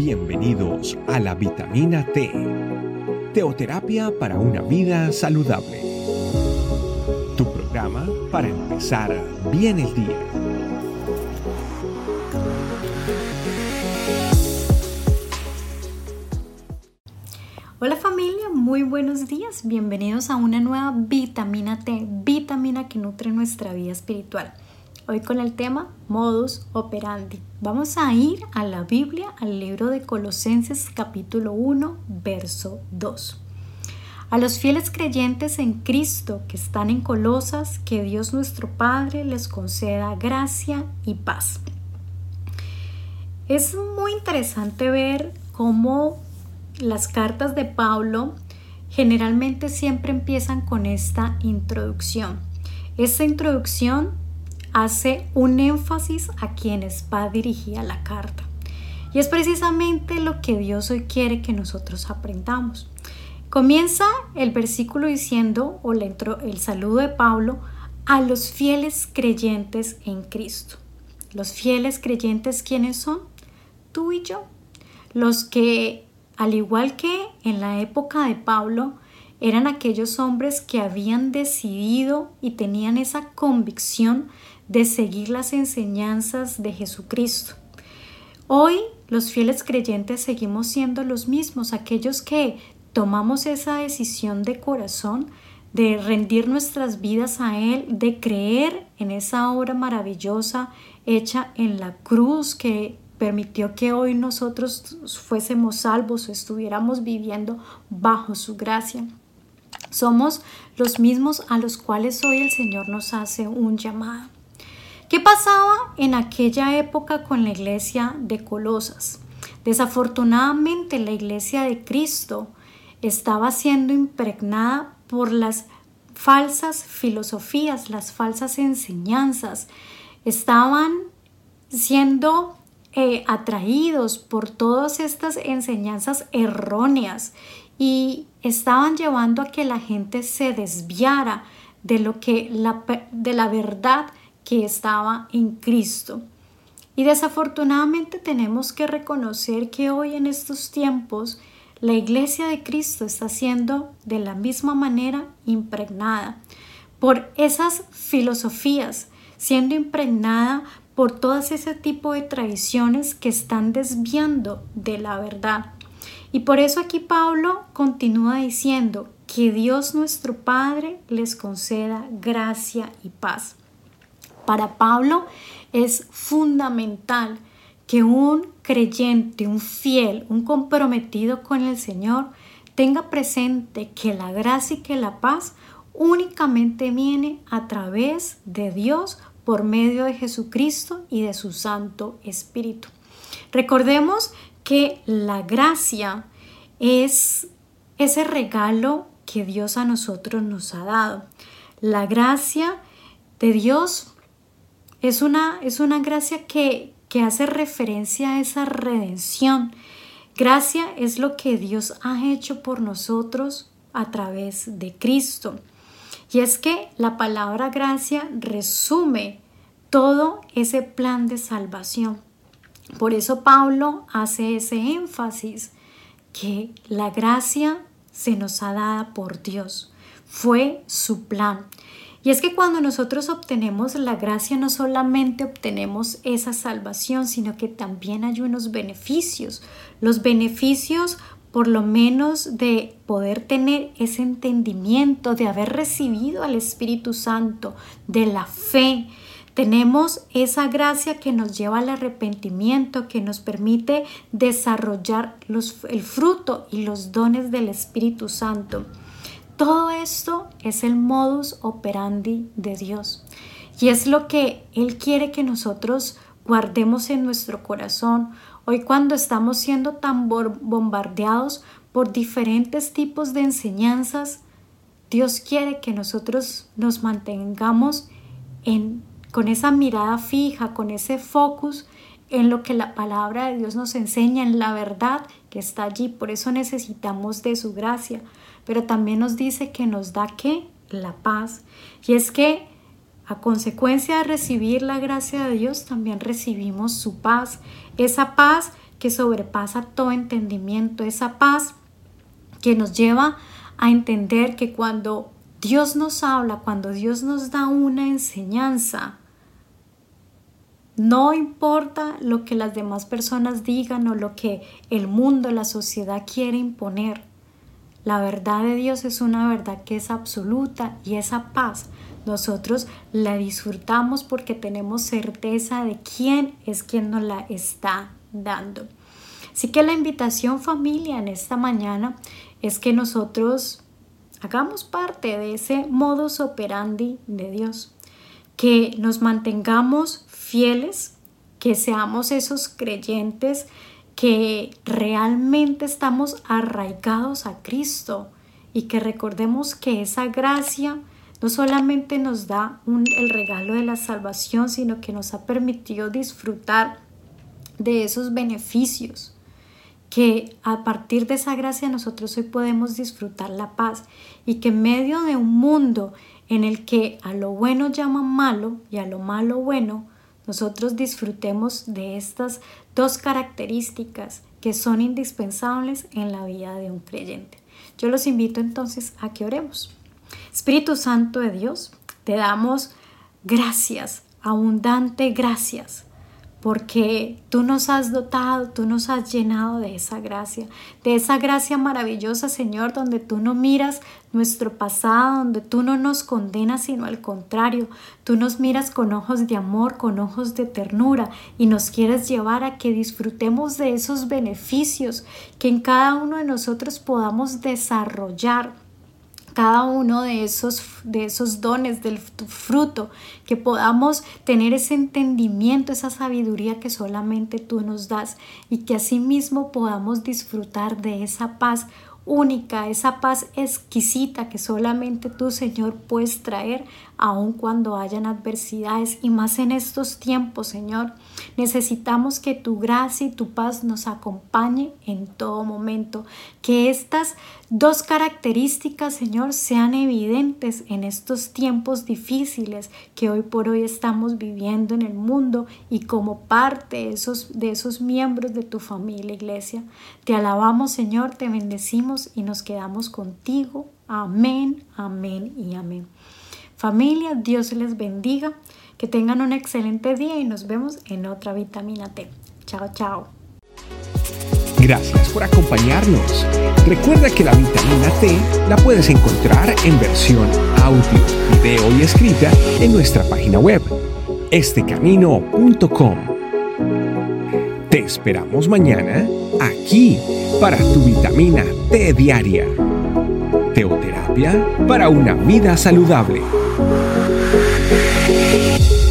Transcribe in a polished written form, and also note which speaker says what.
Speaker 1: Bienvenidos a la Vitamina T, teoterapia para una vida saludable. Tu programa para empezar bien el día.
Speaker 2: Hola familia, muy buenos días. Bienvenidos a una nueva Vitamina T, vitamina que nutre nuestra vida espiritual. Hoy con el tema Modus Operandi. Vamos a ir a la Biblia, al libro de Colosenses capítulo 1, verso 2. A los fieles creyentes en Cristo que están en Colosas, que Dios nuestro Padre les conceda gracia y paz. Es muy interesante ver cómo las cartas de Pablo generalmente siempre empiezan con esta introducción. Esta introducción hace un énfasis a quienes va dirigida la carta. Y es precisamente lo que Dios hoy quiere que nosotros aprendamos. Comienza el versículo diciendo, el saludo de Pablo, a los fieles creyentes en Cristo. Los fieles creyentes, ¿quiénes son? Tú y yo. Los que, al igual que en la época de Pablo, eran aquellos hombres que habían decidido y tenían esa convicción de seguir las enseñanzas de Jesucristo. Hoy los fieles creyentes seguimos siendo los mismos, aquellos que tomamos esa decisión de corazón de rendir nuestras vidas a Él, de creer en esa obra maravillosa hecha en la cruz que permitió que hoy nosotros fuésemos salvos o estuviéramos viviendo bajo su gracia. Somos los mismos a los cuales hoy el Señor nos hace un llamado. ¿Qué pasaba en aquella época con la iglesia de Colosas? Desafortunadamente la iglesia de Cristo estaba siendo impregnada por las falsas filosofías, las falsas enseñanzas. Estaban siendo atraídos por todas estas enseñanzas erróneas y estaban llevando a que la gente se desviara de la verdad que estaba en Cristo. Y desafortunadamente tenemos que reconocer que hoy en estos tiempos la iglesia de Cristo está siendo de la misma manera impregnada por esas filosofías, siendo impregnada por todo ese tipo de tradiciones que están desviando de la verdad. Y por eso aquí Pablo continúa diciendo que Dios nuestro Padre les conceda gracia y paz. Para Pablo es fundamental que un creyente, un fiel, un comprometido con el Señor tenga presente que la gracia y que la paz únicamente viene a través de Dios por medio de Jesucristo y de su Santo Espíritu. Recordemos que la gracia es ese regalo que Dios a nosotros nos ha dado. La gracia de Dios es una gracia que hace referencia a esa redención. Gracia es lo que Dios ha hecho por nosotros a través de Cristo. Y es que la palabra gracia resume todo ese plan de salvación. Por eso Pablo hace ese énfasis que la gracia se nos ha dada por Dios. Fue su plan. Y es que cuando nosotros obtenemos la gracia no solamente obtenemos esa salvación, sino que también hay unos beneficios. Los beneficios por lo menos de poder tener ese entendimiento, de haber recibido al Espíritu Santo, de la fe. Tenemos esa gracia que nos lleva al arrepentimiento, que nos permite desarrollar el fruto y los dones del Espíritu Santo. Todo esto es el modus operandi de Dios y es lo que Él quiere que nosotros guardemos en nuestro corazón. Hoy cuando estamos siendo tan bombardeados por diferentes tipos de enseñanzas, Dios quiere que nosotros nos mantengamos con esa mirada fija, con ese focus en lo que la palabra de Dios nos enseña, en la verdad que está allí. Por eso necesitamos de su gracia. Pero también nos dice que nos da ¿qué? La paz. Y es que a consecuencia de recibir la gracia de Dios, también recibimos su paz. Esa paz que sobrepasa todo entendimiento, esa paz que nos lleva a entender que cuando Dios nos habla, cuando Dios nos da una enseñanza, no importa lo que las demás personas digan o lo que el mundo, la sociedad quiere imponer. La verdad de Dios es una verdad que es absoluta, y esa paz nosotros la disfrutamos porque tenemos certeza de quién es quien nos la está dando. Así que la invitación, familia, en esta mañana es que nosotros hagamos parte de ese modus operandi de Dios, que nos mantengamos fieles, que seamos esos creyentes que realmente estamos arraigados a Cristo, y que recordemos que esa gracia no solamente nos da el regalo de la salvación, sino que nos ha permitido disfrutar de esos beneficios, que a partir de esa gracia nosotros hoy podemos disfrutar la paz, y que en medio de un mundo en el que a lo bueno llaman malo y a lo malo bueno, nosotros disfrutemos de estas dos características que son indispensables en la vida de un creyente. Yo los invito entonces a que oremos. Espíritu Santo de Dios, te damos gracias, abundante gracias, porque tú nos has dotado, tú nos has llenado de esa gracia maravillosa, Señor, donde tú no miras nuestro pasado, donde tú no nos condenas, sino al contrario, tú nos miras con ojos de amor, con ojos de ternura, y nos quieres llevar a que disfrutemos de esos beneficios, que en cada uno de nosotros podamos desarrollar cada uno de esos dones del fruto, que podamos tener ese entendimiento, esa sabiduría que solamente tú nos das, y que asimismo podamos disfrutar de esa paz única, esa paz exquisita que solamente tú, Señor, puedes traer, aun cuando hayan adversidades, y más en estos tiempos, Señor. Necesitamos que tu gracia y tu paz nos acompañe en todo momento, que estas dos características, Señor, sean evidentes en estos tiempos difíciles que hoy por hoy estamos viviendo en el mundo, y como parte de esos miembros de tu familia, Iglesia. Te alabamos, Señor, te bendecimos y nos quedamos contigo. Amén, amén y amén. Familia, Dios les bendiga, que tengan un excelente día y nos vemos en otra Vitamina T. Chao, chao.
Speaker 1: Gracias por acompañarnos. Recuerda que la Vitamina T la puedes encontrar en versión audio, video y escrita en nuestra página web, estecamino.com. Te esperamos mañana aquí para tu Vitamina T diaria. Teoterapia para una vida saludable.